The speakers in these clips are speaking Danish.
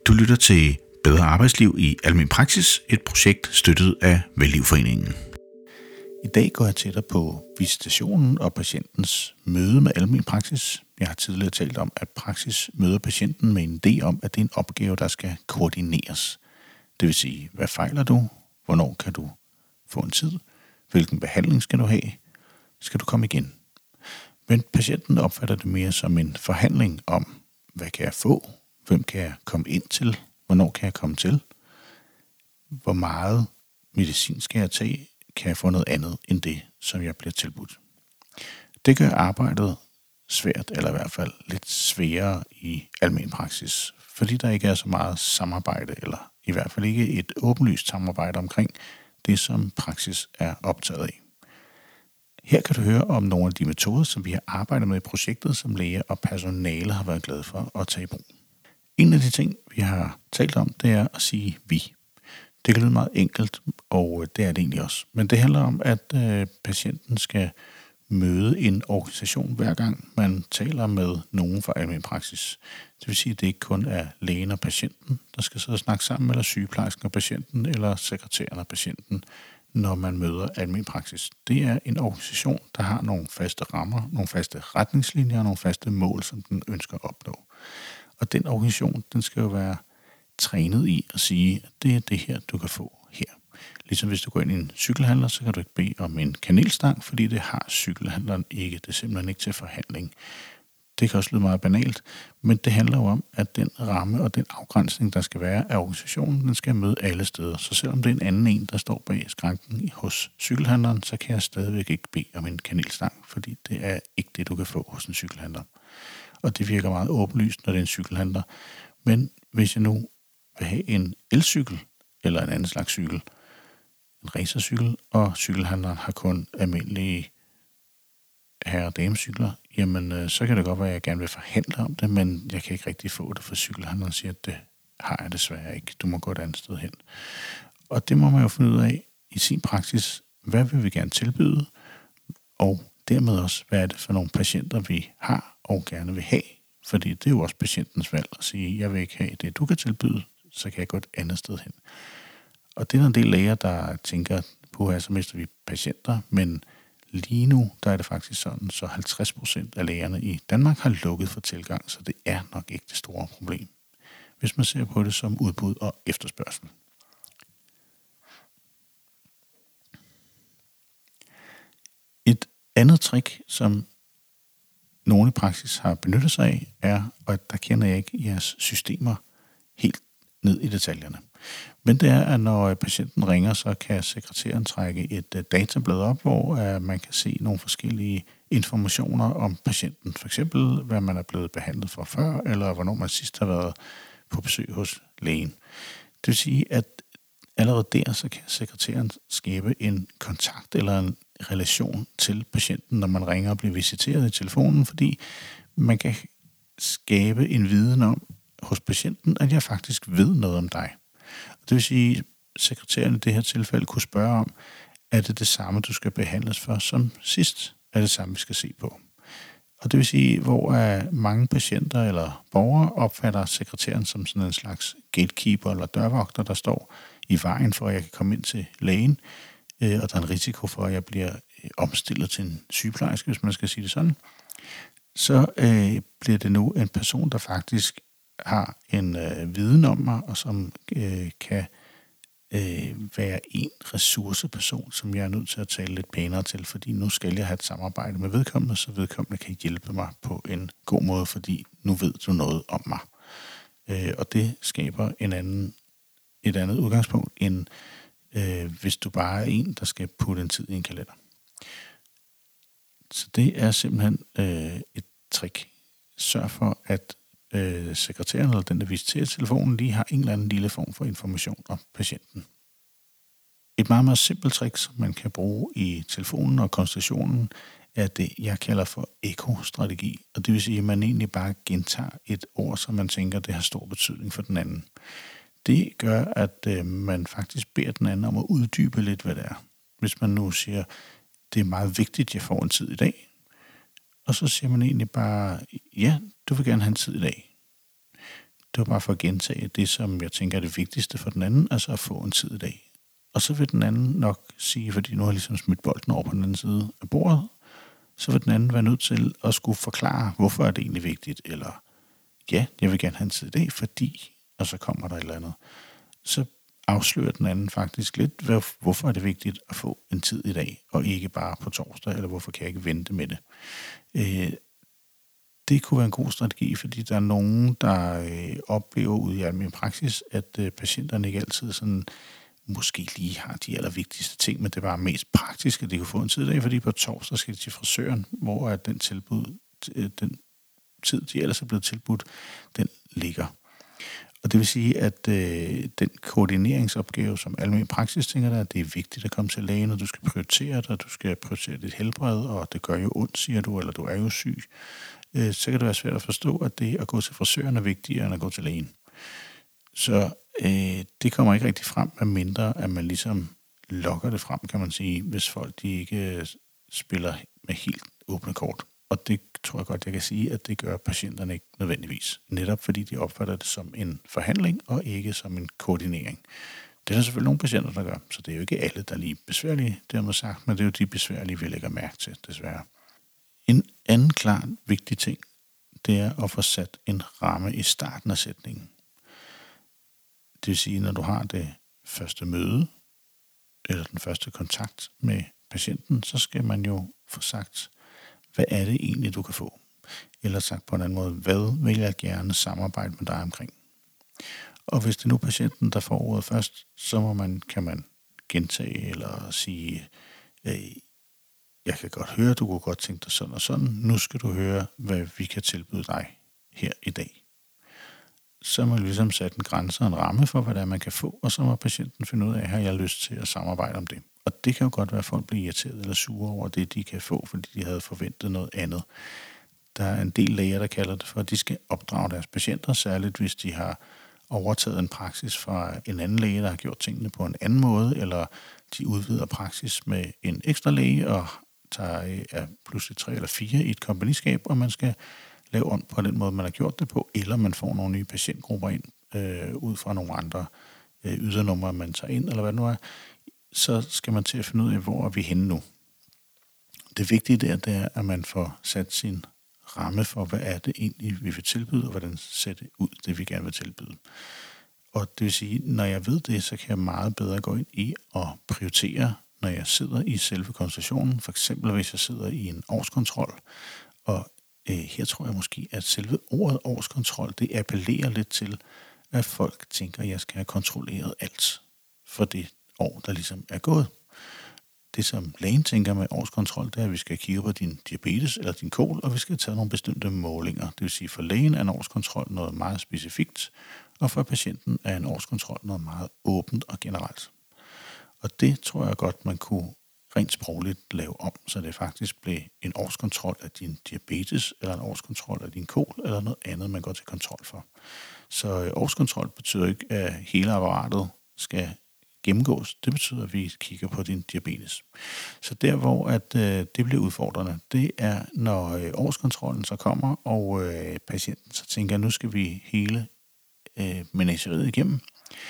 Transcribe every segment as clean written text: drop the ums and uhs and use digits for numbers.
Du lytter til Bedre Arbejdsliv i Almen Praksis, et projekt støttet af Vellivforeningen. I dag går jeg tættere på visitationen og patientens møde med almen praksis. Jeg har tidligere talt om, at praksis møder patienten med en idé om, at det er en opgave, der skal koordineres. Det vil sige, hvad fejler du? Hvornår kan du få en tid? Hvilken behandling skal du have? Skal du komme igen? Men patienten opfatter det mere som en forhandling om, hvad kan jeg få? Hvem kan jeg komme ind til? Hvornår kan jeg komme til? Hvor meget medicin skal jeg tage? Kan jeg få noget andet end det, som jeg bliver tilbudt? Det gør arbejdet svært, eller i hvert fald lidt sværere i almen praksis, fordi der ikke er så meget samarbejde, eller i hvert fald ikke et åbenlyst samarbejde omkring det, som praksis er optaget af. Her kan du høre om nogle af de metoder, som vi har arbejdet med i projektet, som læger og personale har været glade for at tage i brug. En af de ting, vi har talt om, det er at sige vi. Det kan lyde meget enkelt, og det er det egentlig også. Men det handler om, at patienten skal møde en organisation hver gang man taler med nogen fra almen praksis. Det vil sige, at det ikke kun er lægen og patienten, der skal sidde og snakke sammen, eller sygeplejersken og patienten, eller sekretæren og patienten, når man møder almen praksis. Det er en organisation, der har nogle faste rammer, nogle faste retningslinjer og nogle faste mål, som den ønsker at opnå. Og den organisation, den skal jo være trænet i at sige, at det er det her, du kan få her. Ligesom hvis du går ind i en cykelhandler, så kan du ikke bede om en kanelstang, fordi det har cykelhandleren ikke. Det er simpelthen ikke til forhandling. Det kan også lyde meget banalt, men det handler jo om, at den ramme og den afgrænsning, der skal være af organisationen, den skal møde alle steder. Så selvom det er en anden en, der står bag skranken hos cykelhandleren, så kan jeg stadigvæk ikke bede om en kanelstang, fordi det er ikke det, du kan få hos en cykelhandler. Og det virker meget åbenlyst, når det er en cykelhandler. Men hvis jeg nu vil have en elcykel eller en anden slags cykel, en racercykel, og cykelhandleren har kun almindelige herre- og damecykler, jamen så kan det godt være, at jeg gerne vil forhandle om det, men jeg kan ikke rigtig få det, for cykelhandleren siger, at det har jeg desværre ikke. Du må gå et andet sted hen. Og det må man jo finde ud af i sin praksis. Hvad vil vi gerne tilbyde? Og dermed også, hvad er det for nogle patienter, vi har og gerne vil have? Fordi det er jo også patientens valg at sige, jeg vil ikke have det, du kan tilbyde, så kan jeg gå et andet sted hen. Og det er en del læger, der tænker på, at så mister vi patienter, men lige nu, der er det faktisk sådan, så 50% af lægerne i Danmark har lukket for tilgang, så det er nok ikke det store problem, hvis man ser på det som udbud og efterspørgsel. Et andet trick, som nogle i praksis har benyttet sig af, er, og der kender jeg ikke jeres systemer helt ned i detaljerne. Men det er, at når patienten ringer, så kan sekretæren trække et datablad op, hvor man kan se nogle forskellige informationer om patienten. For eksempel, hvad man er blevet behandlet for før, eller hvornår man sidst har været på besøg hos lægen. Det vil sige, at allerede der, så kan sekretæren skabe en kontakt eller en relation til patienten, når man ringer og bliver visiteret i telefonen, fordi man kan skabe en viden om hos patienten, at jeg faktisk ved noget om dig. Det vil sige, at sekretæren i det her tilfælde kunne spørge om, er det det samme, du skal behandles for som sidst? Er det samme, vi skal se på? Og det vil sige, hvor mange patienter eller borgere opfatter sekretæren som sådan en slags gatekeeper eller dørvogter, der står i vejen for, at jeg kan komme ind til lægen, og der er en risiko for, at jeg bliver omstillet til en sygeplejerske, hvis man skal sige det sådan, så bliver det nu en person, der faktisk har en viden om mig, og som kan være en ressourceperson, som jeg er nødt til at tale lidt pænere til, fordi nu skal jeg have et samarbejde med vedkommende, så vedkommende kan hjælpe mig på en god måde, fordi nu ved du noget om mig. Og det skaber et andet udgangspunkt, end hvis du bare er en, der skal putte en tid i en kalender. Så det er simpelthen et trick. Sørg for, at sekretæren eller den, der visiterer telefonen, lige har en eller anden lille form for information om patienten. Et meget, meget simpelt trick, som man kan bruge i telefonen og konsultationen, er det, jeg kalder for ekostrategi. Og det vil sige, at man egentlig bare gentager et ord, som man tænker, det har stor betydning for den anden. Det gør, at man faktisk beder den anden om at uddybe lidt, hvad det er. Hvis man nu siger, det er meget vigtigt, at jeg får en tid i dag, og så siger man egentlig bare, ja, du vil gerne have en tid i dag. Det var bare for at gentage det, som jeg tænker er det vigtigste for den anden, altså at få en tid i dag. Og så vil den anden nok sige, fordi nu har jeg ligesom smidt bolden over på den anden side af bordet, så vil den anden være nødt til at skulle forklare, hvorfor er det egentlig vigtigt, eller ja, jeg vil gerne have en tid i dag, fordi, og så kommer der et eller andet. Så afslører den anden faktisk lidt, hvorfor er det vigtigt at få en tid i dag, og ikke bare på torsdag, eller hvorfor kan jeg ikke vente med det. Det kunne være en god strategi, fordi der er nogen, der oplever ude i almen praksis, at patienterne ikke altid sådan, måske lige har de allervigtigste ting, men det var mest praktisk, at de kunne få en tid i dag, fordi på torsdag skal de til frisøren, hvor er den den tid, de ellers er blevet tilbudt, den ligger. Og det vil sige, at den koordineringsopgave, som almen praksis tænker der, det er vigtigt at komme til lægen, og du skal prioritere det, og du skal prioritere dit helbred, og det gør jo ondt, siger du, eller du er jo syg. Så kan det være svært at forstå, at det at gå til frisøren er vigtigere end at gå til lægen. Så det kommer ikke rigtig frem, medmindre at man ligesom lokker det frem, kan man sige, hvis folk de ikke spiller med helt åbne kort. Og det tror jeg godt, jeg kan sige, at det gør patienterne ikke nødvendigvis. Netop fordi de opfatter det som en forhandling, og ikke som en koordinering. Det er der selvfølgelig nogle patienter, der gør, så det er jo ikke alle, der er lige besværlige, det har man sagt, men det er jo de besværlige, vi lægger mærke til, desværre. En anden klart vigtig ting, det er at få sat en ramme i starten af sætningen. Det vil sige, når du har det første møde, eller den første kontakt med patienten, så skal man jo få sagt, hvad er det egentlig, du kan få? Eller sagt på en anden måde, hvad vil jeg gerne samarbejde med dig omkring? Og hvis det nu er patienten, der får ordet først, så kan man gentage eller sige, jeg kan godt høre, du kunne godt tænke dig sådan og sådan. Nu skal du høre, hvad vi kan tilbyde dig her i dag. Så må man ligesom sætte en grænse og en ramme for, hvad det er, man kan få, og så må patienten finde ud af, har jeg lyst til at samarbejde om det. Og det kan jo godt være, at folk bliver irriteret eller sure over det, de kan få, fordi de havde forventet noget andet. Der er en del læger, der kalder det for, at de skal opdrage deres patienter, særligt hvis de har overtaget en praksis fra en anden læge, der har gjort tingene på en anden måde, eller de udvider praksis med en ekstra læge, og tager pludselig 3 eller 4 i et kompagniskab, og man skal lave om på den måde, man har gjort det på, eller man får nogle nye patientgrupper ind, ud fra nogle andre ydernumre, man tager ind, eller hvad det nu er, så skal man til at finde ud af, hvor er vi henne nu. Det vigtige det er, at man får sat sin ramme for, hvad er det egentlig, vi vil tilbyde, og hvordan ser det ud, det vi gerne vil tilbyde. Og det vil sige, når jeg ved det, så kan jeg meget bedre gå ind i og prioritere, når jeg sidder i selve konsultationen, for eksempel hvis jeg sidder i en årskontrol, og her tror jeg måske, at selve ordet årskontrol, det appellerer lidt til, at folk tænker, at jeg skal have kontrolleret alt for det år, der ligesom er gået. Det, som lægen tænker med årskontrol, det er, at vi skal kigge på din diabetes eller din kol, og vi skal tage nogle bestemte målinger. Det vil sige, for lægen er en årskontrol noget meget specifikt, og for patienten er en årskontrol noget meget åbent og generelt. Og det tror jeg godt, man kunne rent sprogligt lave om, så det faktisk blev en årskontrol af din diabetes, eller en årskontrol af din kol, eller noget andet, man går til kontrol for. Så årskontrol betyder ikke, at hele apparatet skal gennemgås. Det betyder, at vi kigger på din diabetes. Så der, hvor at det bliver udfordrende, det er, når årskontrollen så kommer, og patienten så tænker, nu skal vi hele menageriet igennem,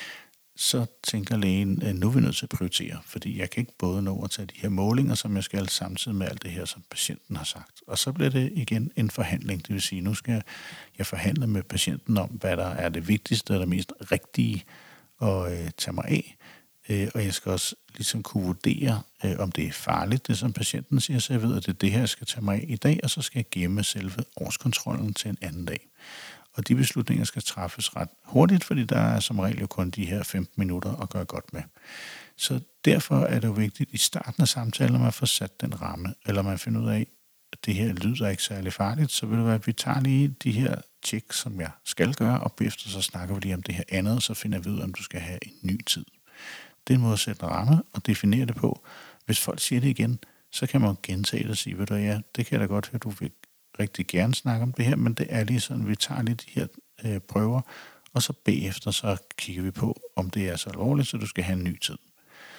så tænker lægen, at nu er vi nødt til at prioritere, fordi jeg kan ikke både nå at tage de her målinger, som jeg skal samtidig med alt det her, som patienten har sagt. Og så bliver det igen en forhandling, det vil sige, nu skal jeg forhandle med patienten om, hvad der er det vigtigste og det mest rigtige at tage mig af. Og jeg skal også ligesom kunne vurdere, om det er farligt, det som patienten siger, så jeg ved, at det er det her, jeg skal tage mig af i dag, og så skal jeg gemme selve årskontrollen til en anden dag. Og de beslutninger skal træffes ret hurtigt, fordi der er som regel jo kun de her 15 minutter at gøre godt med. Så derfor er det jo vigtigt i starten af samtalen, at man får sat den ramme, eller man finder ud af, at det her lyder ikke særlig farligt, så vil det være, at vi tager lige de her tjek, som jeg skal gøre, og bagefter så snakker vi lige om det her andet, og så finder vi ud af, om du skal have en ny tid. Det er en måde at sætte en ramme og definere det på. Hvis folk siger det igen, så kan man gentage det og sige, ved du, ja, det kan jeg da godt høre, du vil rigtig gerne snakke om det her, men det er lige sådan, vi tager lige de her prøver, og så bagefter så kigger vi på, om det er så alvorligt, så du skal have en ny tid.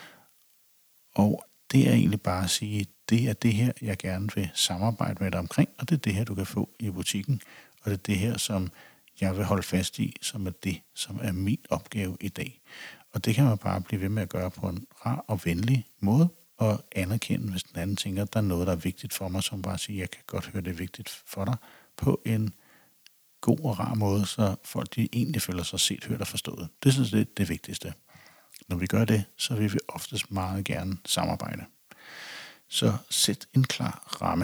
Og det er egentlig bare at sige, det er det her, jeg gerne vil samarbejde med dig omkring, og det er det her, du kan få i butikken, og det er det her, som jeg vil holde fast i, som er det, som er min opgave i dag. Og det kan man bare blive ved med at gøre på en rar og venlig måde, og anerkende, hvis den anden tænker, at der er noget, der er vigtigt for mig, som bare siger, jeg kan godt høre, det er vigtigt for dig, på en god og rar måde, så folk de egentlig føler sig set, hørt og forstået. Det synes jeg er det vigtigste. Når vi gør det, så vil vi oftest meget gerne samarbejde. Så sæt en klar ramme.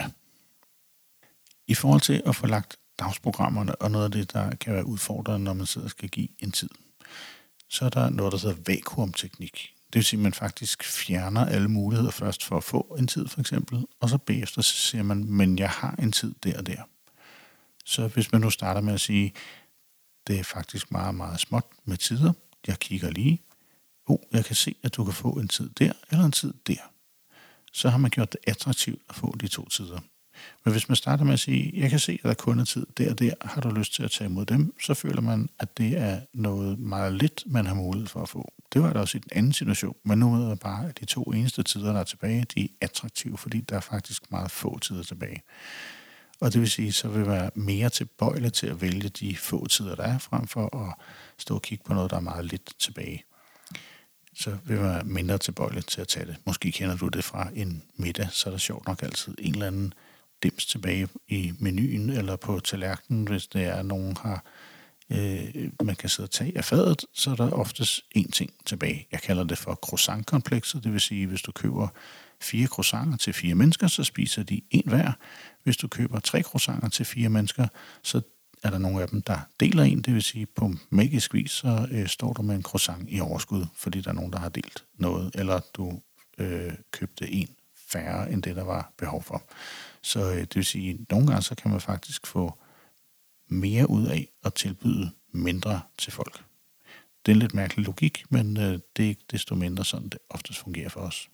I forhold til at få lagt dagsprogrammerne, og noget af det, der kan være udfordrende, når man sidder og skal give en tid, så er der noget, der hedder vakuumteknik. Det vil sige, at man faktisk fjerner alle muligheder først for at få en tid, for eksempel, og så bagefter så siger man, men jeg har en tid der og der. Så hvis man nu starter med at sige, det er faktisk meget, meget småt med tider, jeg kigger lige, jeg kan se, at du kan få en tid der, eller en tid der. Så har man gjort det attraktivt at få de 2 tider. Men hvis man starter med at sige, jeg kan se, at der kun er tid der og der, har du lyst til at tage imod dem, så føler man, at det er noget meget lidt, man har mulighed for at få. Det var der også i den anden situation, men nu er det bare, at de 2 eneste tider, der er tilbage, de er attraktive, fordi der er faktisk meget få tider tilbage. Og det vil sige, så vil være mere tilbøjelig til at vælge de få tider, der er, frem for at stå og kigge på noget, der er meget lidt tilbage. Så vil man være mindre tilbøjelig til at tage det. Måske kender du det fra en middag, så er der sjovt nok altid en eller anden dims tilbage i menuen eller på tallerkenen, hvis det er, at nogen har, man kan sidde og tage af fadet, så er der oftest én ting tilbage. Jeg kalder det for croissant-komplekset, det vil sige, hvis du køber 4 croissanter til 4 mennesker, så spiser de en hver. Hvis du køber 3 croissanter til 4 mennesker, så er der nogle af dem, der deler en, det vil sige, på magisk vis, så står du med en croissant i overskud, fordi der er nogen, der har delt noget, eller du købte en færre, end det, der var behov for. Så det vil sige, at nogle gange, så kan man faktisk få mere ud af at tilbyde mindre til folk. Det er en lidt mærkelig logik, men det er ikke desto mindre sådan, det oftest fungerer for os.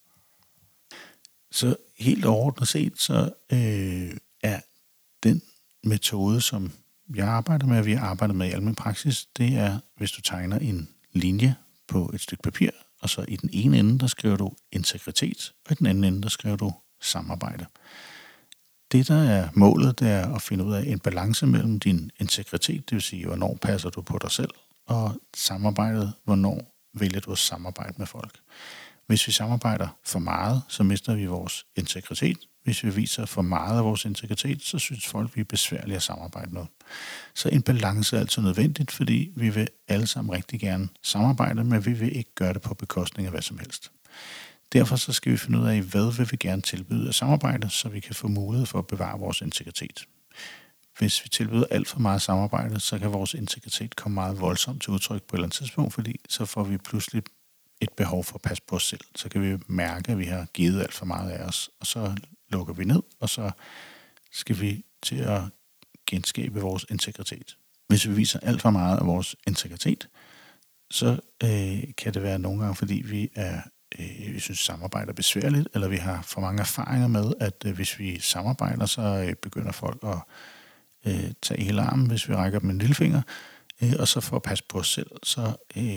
Så helt overordnet set, så er den metode, som jeg arbejder med, og vi arbejder med i almen praksis, det er, hvis du tegner en linje på et stykke papir, og så i den ene ende, der skriver du integritet, og i den anden ende, der skriver du samarbejde. Det, der er målet, det er at finde ud af en balance mellem din integritet, det vil sige, hvornår passer du på dig selv, og samarbejdet, hvornår vælger du at samarbejde med folk. Hvis vi samarbejder for meget, så mister vi vores integritet. Hvis vi viser for meget af vores integritet, så synes folk, vi er besværlige at samarbejde med. Så en balance er altid nødvendigt, fordi vi vil alle sammen rigtig gerne samarbejde, men vi vil ikke gøre det på bekostning af hvad som helst. Derfor så skal vi finde ud af, hvad vil vi gerne tilbyde af samarbejde, så vi kan få mulighed for at bevare vores integritet. Hvis vi tilbyder alt for meget samarbejde, så kan vores integritet komme meget voldsomt til udtryk på et eller andet tidspunkt, fordi så får vi pludselig et behov for at passe på os selv. Så kan vi mærke, at vi har givet alt for meget af os, og så lukker vi ned, og så skal vi til at genskabe vores integritet. Hvis vi viser alt for meget af vores integritet, så kan det være nogle gange, fordi vi synes, samarbejde er besværligt, eller vi har for mange erfaringer med, at hvis vi samarbejder, så begynder folk at tage hele armen, hvis vi rækker dem en lillefinger, og så for at passe på os selv, så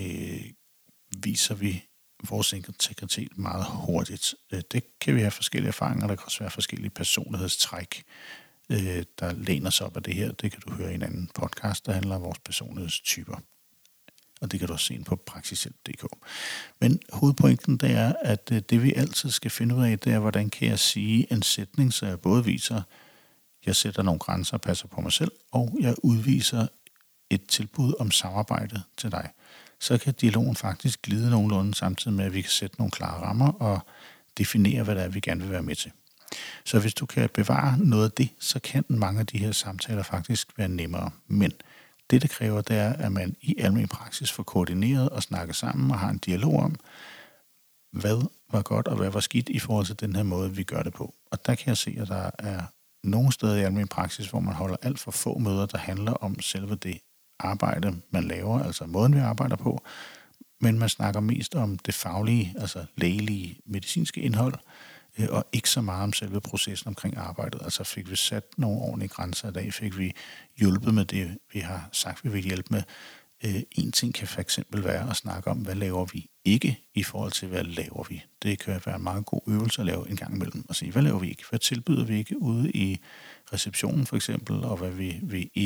viser vi vores integritet meget hurtigt. Det kan vi have forskellige erfaringer, der kan også være forskellige personlighedstræk, der læner sig op af det her. Det kan du høre i en anden podcast, der handler om vores personlighedstyper. Og det kan du også se ind på praksishjælp.dk. Men hovedpointen det er, at det vi altid skal finde ud af, det er, hvordan kan jeg sige en sætning, så jeg både viser, jeg sætter nogle grænser og passer på mig selv, og jeg udviser et tilbud om samarbejde til dig. Så kan dialogen faktisk glide nogenlunde, samtidig med, at vi kan sætte nogle klare rammer og definere, hvad det er, vi gerne vil være med til. Så hvis du kan bevare noget af det, så kan mange af de her samtaler faktisk være nemmere. Men det kræver, det er, at man i almen praksis får koordineret og snakket sammen og har en dialog om, hvad var godt og hvad var skidt i forhold til den her måde, vi gør det på. Og der kan jeg se, at der er nogle steder i almen praksis, hvor man holder alt for få møder, der handler om selve det arbejde, man laver, altså måden, vi arbejder på, men man snakker mest om det faglige, altså lægelige, medicinske indhold, og ikke så meget om selve processen omkring arbejdet. Altså fik vi sat nogle ordentlige grænser i dag, fik vi hjulpet med det, vi har sagt, vi vil hjælpe med. En ting kan for eksempel være at snakke om, hvad laver vi ikke i forhold til, hvad laver vi. Det kan være en meget god øvelse at lave en gang imellem og sige, hvad laver vi ikke? Hvad tilbyder vi ikke ude i receptionen for eksempel, og hvad vi ikke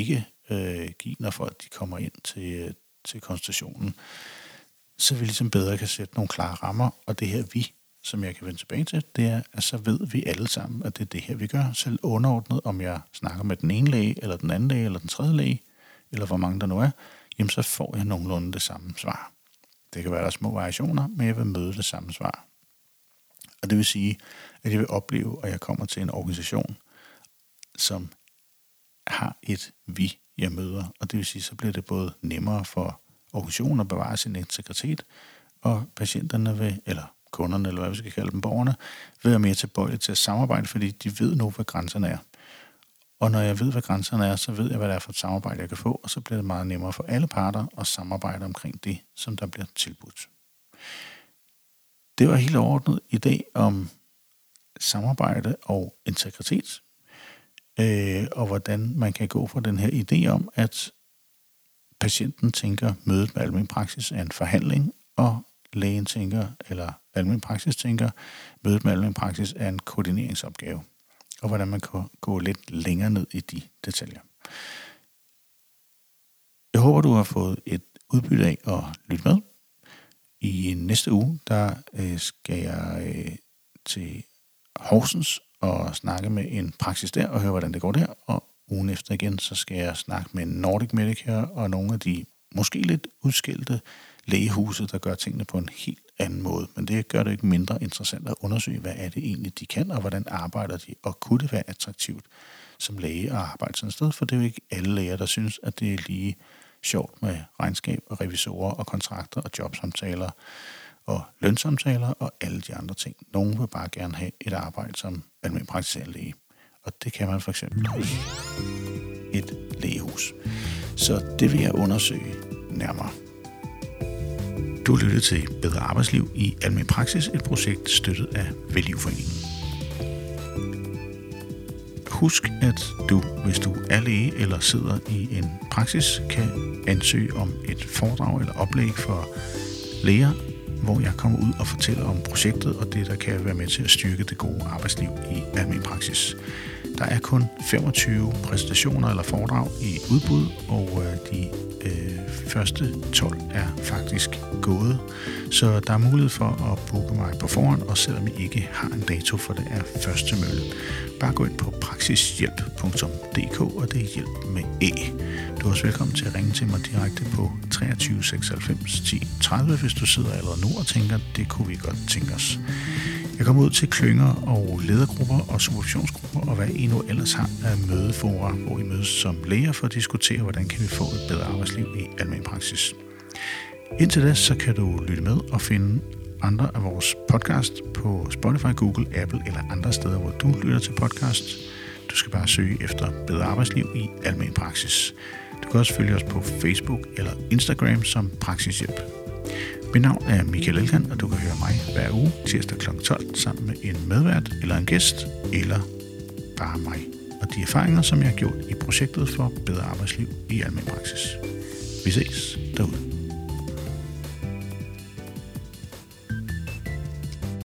give, når folk de kommer ind til konsultationen, så vi ligesom bedre kan sætte nogle klare rammer, og det her vi, som jeg kan vende tilbage til, det er, at så ved vi alle sammen, at det er det her, vi gør, selv underordnet, om jeg snakker med den ene læge, eller den anden læge, eller den tredje læge, eller hvor mange der nu er, jamen så får jeg nogenlunde det samme svar. Det kan være, der er små variationer, men jeg vil møde det samme svar. Og det vil sige, at jeg vil opleve, at jeg kommer til en organisation, som har et vi, jeg møder. Og det vil sige, så bliver det både nemmere for organisationen at bevare sin integritet, og patienterne vil, eller kunderne, eller hvad vi skal kalde dem, borgerne, vil være mere tilbøjelige til at samarbejde, fordi de ved nu, hvad grænserne er. Og når jeg ved, hvad grænserne er, så ved jeg, hvad det er for et samarbejde, jeg kan få, og så bliver det meget nemmere for alle parter at samarbejde omkring det, som der bliver tilbudt. Det var helt overordnet i dag om samarbejde og integritet, og hvordan man kan gå fra den her idé om, at patienten tænker, mødet med almen praksis er en forhandling, og lægen tænker, eller almen praksis tænker, mødet med almen praksis er en koordineringsopgave, og hvordan man kan gå lidt længere ned i de detaljer. Jeg håber, du har fået et udbytte af at lytte med. I næste uge, der skal jeg til Horsens og snakke med en praksis der, og høre, hvordan det går der. Og ugen efter igen, så skal jeg snakke med Nordic Medicare og nogle af de måske lidt udskilte lægehuse, der gør tingene på en helt anden måde. Men det gør det ikke mindre interessant at undersøge, hvad er det egentlig, de kan, og hvordan arbejder de, og kunne det være attraktivt som læge at arbejde sådan et sted, for det er jo ikke alle læger, der synes, at det er lige sjovt med regnskab og revisorer og kontrakter og jobsamtaler og lønsamtaler og alle de andre ting. Nogle vil bare gerne have et arbejde som almen praktiserende læge, og det kan man for eksempel hos et lægehus. Så det vil jeg undersøge nærmere. Du har lyttet til Bedre Arbejdsliv i Almen Praksis, et projekt støttet af Vellivforeningen. Husk, at du, hvis du er læge eller sidder i en praksis, kan ansøge om et foredrag eller oplæg for læger, hvor jeg kommer ud og fortæller om projektet og det, der kan være med til at styrke det gode arbejdsliv i almen praksis. Der er kun 25 præsentationer eller foredrag i udbud, og de første 12 er faktisk gået. Så der er mulighed for at booke mig på forhånd, og selvom I ikke har en dato for det er første mølle. Bare gå ind på praksishjælp.dk, og det er hjælp med æ. Du er også velkommen til at ringe til mig direkte på 23 96 10 30, hvis du sidder allerede nu og tænker, det kunne vi godt tænke os. Jeg kommer ud til klynger og ledergrupper og supervisionsgrupper, og hvad I nu ellers har af mødefora, hvor I mødes som læger for at diskutere, hvordan kan vi få et bedre arbejdsliv i almen praksis. Indtil da, så kan du lytte med og finde andre af vores podcast på Spotify, Google, Apple eller andre steder, hvor du lytter til podcast. Du skal bare søge efter Bedre Arbejdsliv i almen praksis. Du kan også følge os på Facebook eller Instagram som Praksishjælp. Mit navn er Michael Elkan, og du kan høre mig hver uge tirsdag kl. 12 sammen med en medvært eller en gæst, eller bare mig og de erfaringer, som jeg har gjort i projektet for Bedre Arbejdsliv i almen praksis. Vi ses derude.